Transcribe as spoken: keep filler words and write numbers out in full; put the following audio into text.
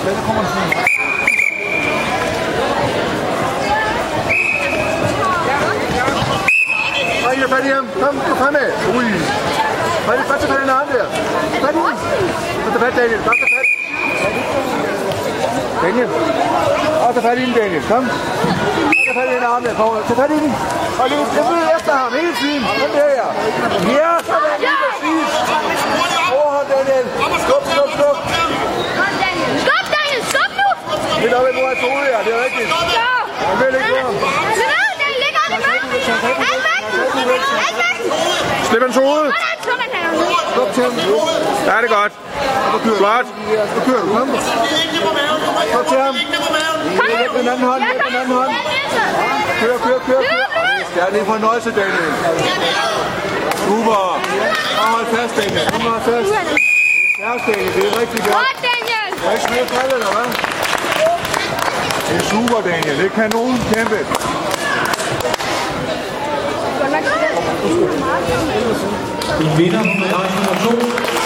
så kommer den sådan. Ej, jeg er fat i ham. Kom, gå fremad. Ui. Bare lige fat i den arm der. Fat i den. Så tag fat, Daniel. Bare tag fat. Daniel. Og tag fat i den, Daniel. Kom. Tag fat i den arm der. Kom, tag fat i den. Og løb efter ham hele tiden. Kom der, ja. Ja, så er det lige præcis. Overhånd, Daniel. Skub, skub, skub. Skub, Daniel. Skub, Daniel. Skub nu. Lidt op i mod af Tode, ja. Det er rigtigt. Ja. Jeg ved ikke, hvor. Slip hans hoved. Skub til ham. Ja, det er godt. Flot. Så kører du. Kom. Skub til ham. Hjælp med den anden hånd. Hjælp med den anden hånd. Kør, kør, kør. Ja, det er en fornøjelse, Daniel. Super. Og hold fast, Daniel. Kom hold fast. Stærkt, Daniel. Det er rigtig godt. Godt, Daniel. Er ikke mere faldet, eller hvad? Det er super, Daniel. Det er kanon. Kæmpe. En vinder, nummer to.